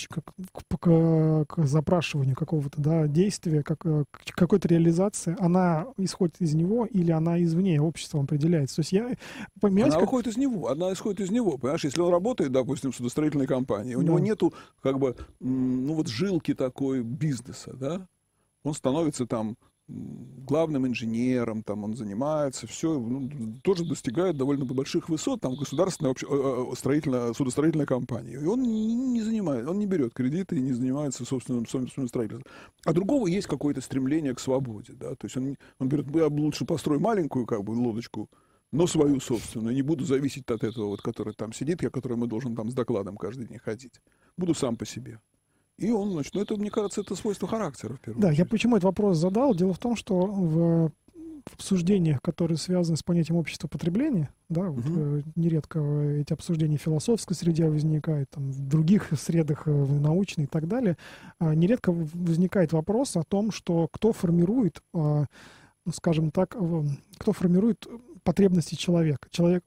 к запрашиванию какого-то, да, действия, какой-то реализации, она исходит из него или она извне обществом определяется. То есть она выходит из него, понимаешь, если он работает, допустим, в судостроительной компании, у него нету как бы, ну вот жилки такой бизнеса, да, он становится там главным инженером, там он занимается, все, тоже достигает довольно больших высот, там государственная судостроительная компания. И он не занимает, он не берет кредиты и не занимается собственным строительством. А другого есть какое-то стремление к свободе, да, то есть он берет, я лучше построю маленькую как бы лодочку, но свою собственную, не буду зависеть от этого, вот, который там сидит, я которому должен там с докладом каждый день ходить. Буду сам по себе. И он, значит, это, мне кажется, это свойство характера, в первую очередь. Я почему этот вопрос задал? Дело в том, что в обсуждениях, которые связаны с понятием общества потребления, да, вот, нередко эти обсуждения в философской среде возникают, там, в других средах, в научной и так далее, нередко возникает вопрос о том, что кто формирует, скажем так, кто формирует потребности человека.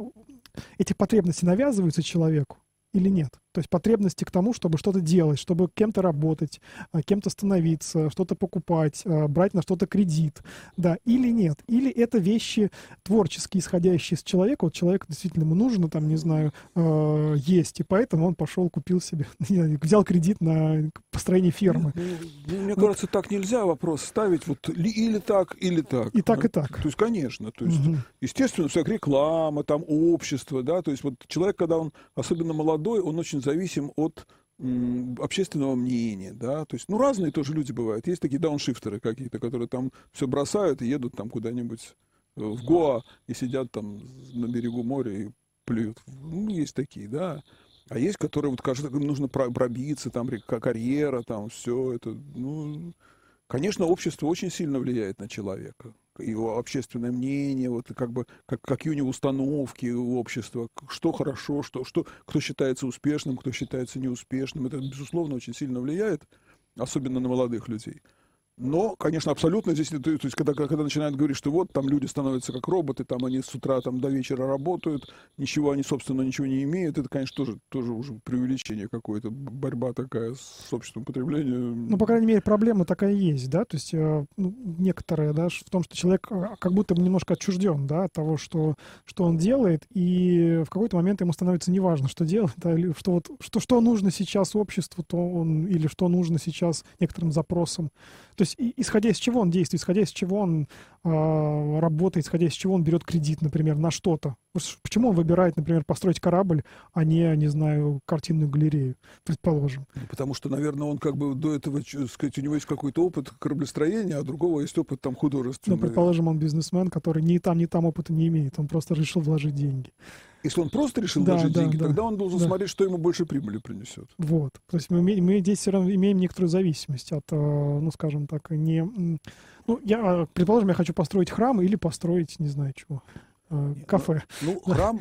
Эти потребности навязываются человеку или нет? То есть потребности к тому, чтобы что-то делать, чтобы кем-то работать, кем-то становиться, что-то покупать, брать на что-то кредит, да, или нет. Или это вещи творческие, исходящие из человека. Вот человек действительно ему нужно, там, не знаю, есть, и поэтому он пошел, купил себе, взял кредит на построение фермы. Мне кажется, так нельзя вопрос ставить, вот или так, или так. И так, и так. То есть, конечно, то есть, естественно, всякая реклама, там, общество, да, то есть вот человек, когда он особенно молодой, он очень зависим от общественного мнения, да, то есть, разные тоже люди бывают. Есть такие дауншифтеры какие-то, которые там все бросают и едут там куда-нибудь в Гоа и сидят там на берегу моря и плюют. Есть такие, да. А есть, которые, вот, кажется, нужно пробиться, там, карьера, там, все это, конечно, общество очень сильно влияет на человека. Его общественное мнение, вот как бы какие у него установки у общества, что хорошо, кто считается успешным, кто считается неуспешным. Это, безусловно, очень сильно влияет, особенно на молодых людей. Но, конечно, абсолютно здесь, то есть, когда начинают говорить, что вот там люди становятся как роботы, там они с утра там, до вечера работают, они, собственно, ничего не имеют, это, конечно, тоже уже преувеличение какое-то, борьба такая с обществом потребления. По крайней мере, проблема такая есть, да, то есть некоторая, да, в том, что человек как будто бы немножко отчужден, да, от того, что он делает, и в какой-то момент ему становится неважно, что делать, да, или что нужно сейчас обществу, или что нужно сейчас некоторым запросам. То есть исходя из чего он действует, исходя из чего он работает, исходя из чего он берет кредит, например, на что-то. Почему он выбирает, например, построить корабль, а не знаю, картинную галерею, предположим? Потому что, наверное, он как бы до этого, сказать, у него есть какой-то опыт кораблестроения, а другого есть опыт там художественный. Предположим, он бизнесмен, который ни там опыта не имеет, он просто решил вложить деньги. Если он просто решил вложить деньги, тогда он должен смотреть, что ему больше прибыли принесет. Вот. То есть мы здесь все равно имеем некоторую зависимость от, скажем так, предположим, я хочу построить храм или построить, не знаю чего, кафе. Храм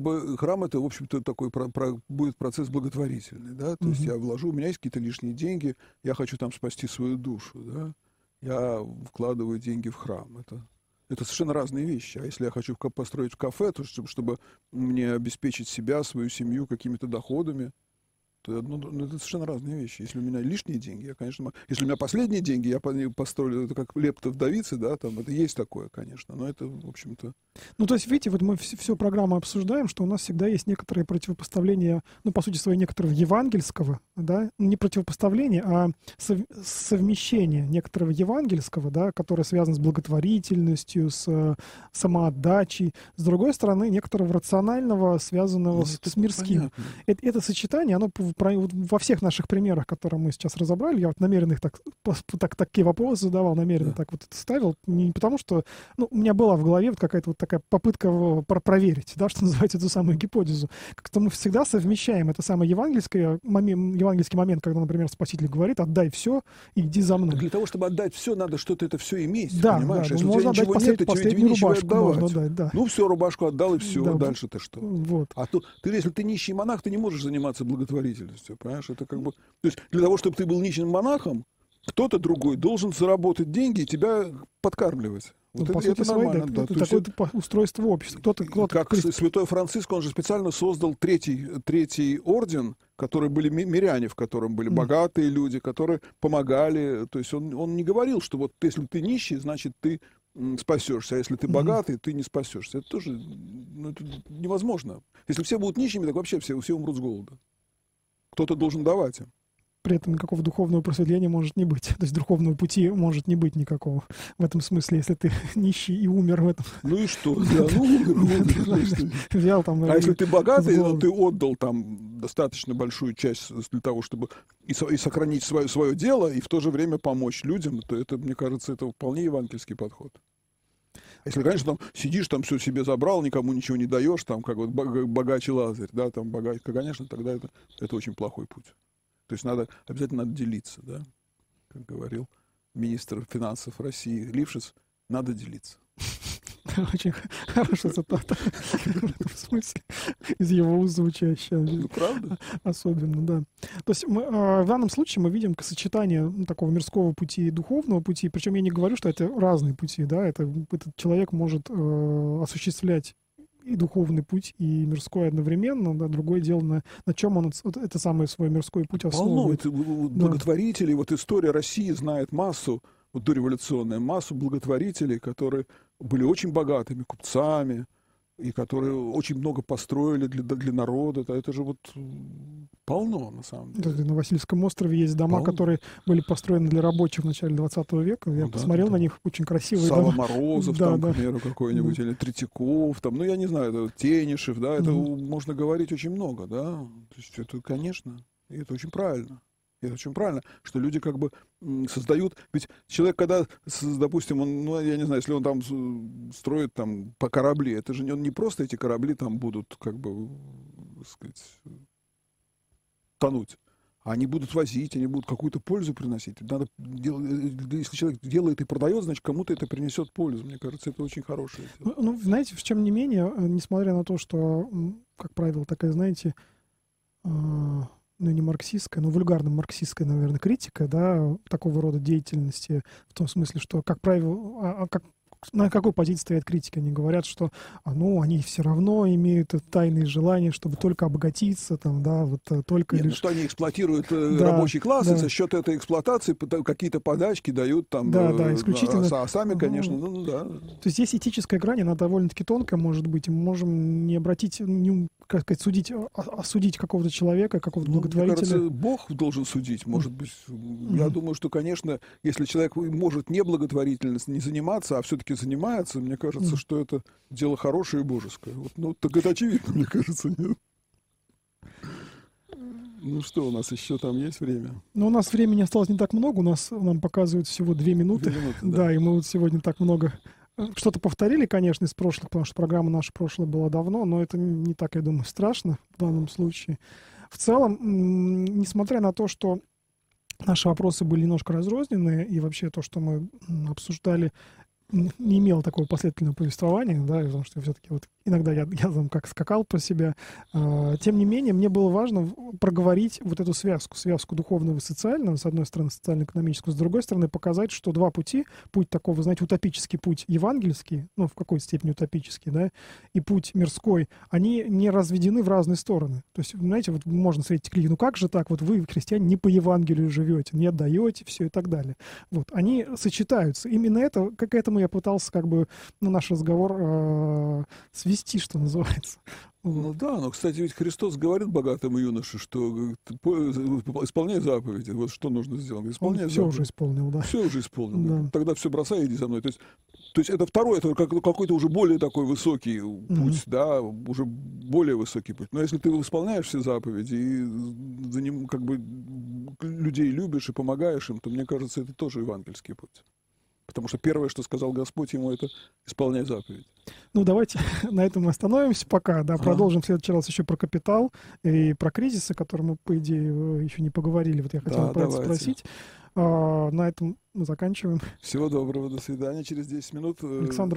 это, в общем-то, такой будет процесс благотворительный, да, то есть я вложу, у меня есть какие-то лишние деньги, я хочу там спасти свою душу, да, я вкладываю деньги в храм, это совершенно разные вещи. А если я хочу построить кафе, то чтобы мне обеспечить себя, свою семью какими-то доходами, то это совершенно разные вещи. Если у меня лишние деньги, я, конечно, если у меня последние деньги, я построю, это как лепта вдовицы, да, там это есть такое, конечно, но это, в общем-то... то есть, видите, вот мы всю программу обсуждаем, что у нас всегда есть некоторые противопоставления, по сути своей, некоторого евангельского, да, не противопоставление, а совмещение некоторого евангельского, да, которое связано с благотворительностью, с самоотдачей, с другой стороны, некоторого рационального, связанного с мирским. Это сочетание, оно во всех наших примерах, которые мы сейчас разобрали, я вот намеренно их такие вопросы задавал, намеренно так вот это ставил, не потому что, ну, у меня была в голове вот какая-то вот такая попытка проверить, да, что называется, эту самую гипотезу. Как-то мы всегда совмещаем это самое евангельский момент, когда, например, Спаситель говорит: отдай все и иди за мной. Для того, чтобы отдать все, надо что-то это все иметь, да, понимаешь? Да, если у тебя ничего нет, то тебе нечего отдавать. Дать, да. Ну все, рубашку отдал, и все, да, дальше-то что? Вот. А то, если ты нищий монах, ты не можешь заниматься благотворительностью, понимаешь? Это как бы... То есть для того, чтобы ты был нищим монахом, кто-то другой должен заработать деньги и тебя подкармливать. Вот по сути, это нормально. Да, это такое устройство общества. Как святой Франциск, он же специально создал третий орден, которые были миряне, в котором были богатые люди, которые помогали. То есть он не говорил, что вот если ты нищий, значит ты спасешься, а если ты богатый, ты не спасешься. Это тоже это невозможно. Если все будут нищими, так вообще все умрут с голода. Кто-то должен давать им. При этом никакого духовного просветления может не быть. То есть духовного пути может не быть никакого. В этом смысле, если ты нищий и умер в этом. Ну и что? Да, умер. Взял там... А если ты богатый, ты отдал там достаточно большую часть для того, чтобы и сохранить свое дело, и в то же время помочь людям, то это, мне кажется, это вполне евангельский подход. Если, конечно, там сидишь, там все себе забрал, никому ничего не даешь, там как вот богаче Лазарь, да, там богаче, конечно, тогда это очень плохой путь. То есть обязательно надо делиться, да, как говорил министр финансов России Лившиц, надо делиться. Очень хорошая цитата в этом смысле, из его уст звучащая. Ну, правда? Особенно, да. То есть в данном случае мы видим сочетание такого мирского пути и духовного пути, причем я не говорю, что это разные пути, да, этот человек может осуществлять и духовный путь, и мирской одновременно, да, другое дело, на чем он это самый свой мирской путь основывает. Полно благотворителей, вот история России знает массу, вот дореволюционная, массу благотворителей, которые были очень богатыми купцами, и которые очень много построили для народа. Это же вот полно, на самом деле. Да, на Васильевском острове есть дома, которые были построены для рабочих в начале 20 века. Я посмотрел на них, очень красивые Сава дома. Морозов, там, к примеру, какой-нибудь, или Третьяков, там, ну, я не знаю, Тенишев, да, это можно говорить очень много, да. То есть это, конечно, и это очень правильно. И это очень правильно, что люди как бы создают... Ведь человек, когда, допустим, он, ну, я не знаю, если он там строит там по корабли, это же не просто эти корабли там будут, как бы, так сказать, тонуть. Они будут возить, они будут какую-то пользу приносить. Надо, если человек делает и продает, значит, кому-то это принесет пользу. Мне кажется, это очень хорошее дело. Ну, знаете, в чем не менее, несмотря на то, что, как правило, такая, знаете... ну, не марксистская, но вульгарно-марксистская, наверное, критика, да, такого рода деятельности, в том смысле, что, как правило, на какой позиции стоят критики? Они говорят, что, ну, они все равно имеют тайные желания, чтобы только обогатиться, там, да, вот только... Нет, что они эксплуатируют рабочий класс, и за счет этой эксплуатации какие-то подачки дают там... Да, исключительно. А сами, конечно, да. То есть здесь этическая грань, она довольно-таки тонкая, может быть, и мы можем не обратить, как сказать, осудить какого-то человека, какого-то благотворителя. Мне кажется, Бог должен судить, может быть. Я думаю, что, конечно, если человек может не благотворительностью не заниматься, а все-таки занимается, мне кажется, что это дело хорошее и божеское. Вот, ну, так это очевидно, мне кажется, нет? Ну что, у нас еще там есть время? Ну, у нас времени осталось не так много, нам показывают всего 2 минуты. 2 минуты, да, и мы вот сегодня так много... Что-то повторили, конечно, из прошлых, потому что программа наша прошлая была давно, но это не так, я думаю, страшно в данном случае. В целом, несмотря на то, что наши вопросы были немножко разрозненные, и вообще то, что мы обсуждали, не имело такого последовательного повествования, да, потому что все-таки вот иногда я там как скакал про себя. Тем не менее, мне было важно проговорить вот эту связку духовного и социального, с одной стороны, социально-экономического, с другой стороны, показать, что два пути, путь такого, знаете, утопический путь евангельский, ну, в какой-то степени утопический, да, и путь мирской, они не разведены в разные стороны. То есть, знаете, вот можно встретить критику, ну как же так, вот вы, христиане, не по Евангелию живете, не отдаете, все и так далее. Вот, они сочетаются. Именно это, к этому я пытался как бы на наш разговор свести, что называется. Ну да, но, кстати, ведь Христос говорит богатому юноше, что исполняй заповеди. Вот что нужно сделать. Исполняй Он все уже исполнил, да. Все уже исполнил. Да. Тогда все бросай, иди за мной. То есть То есть это второй, это какой-то уже более такой высокий путь, да, уже более высокий путь. Но если ты исполняешь все заповеди и за ним как бы людей любишь и помогаешь им, то, мне кажется, это тоже евангельский путь. Потому что первое, что сказал Господь ему, это исполняй заповедь. Ну, давайте на этом мы остановимся пока, да, продолжим в следующий раз еще про капитал и про кризисы, о котором мы, по идее, еще не поговорили. Вот я хотел про это спросить. На этом мы заканчиваем. Всего доброго, до свидания. Через 10 минут... Александр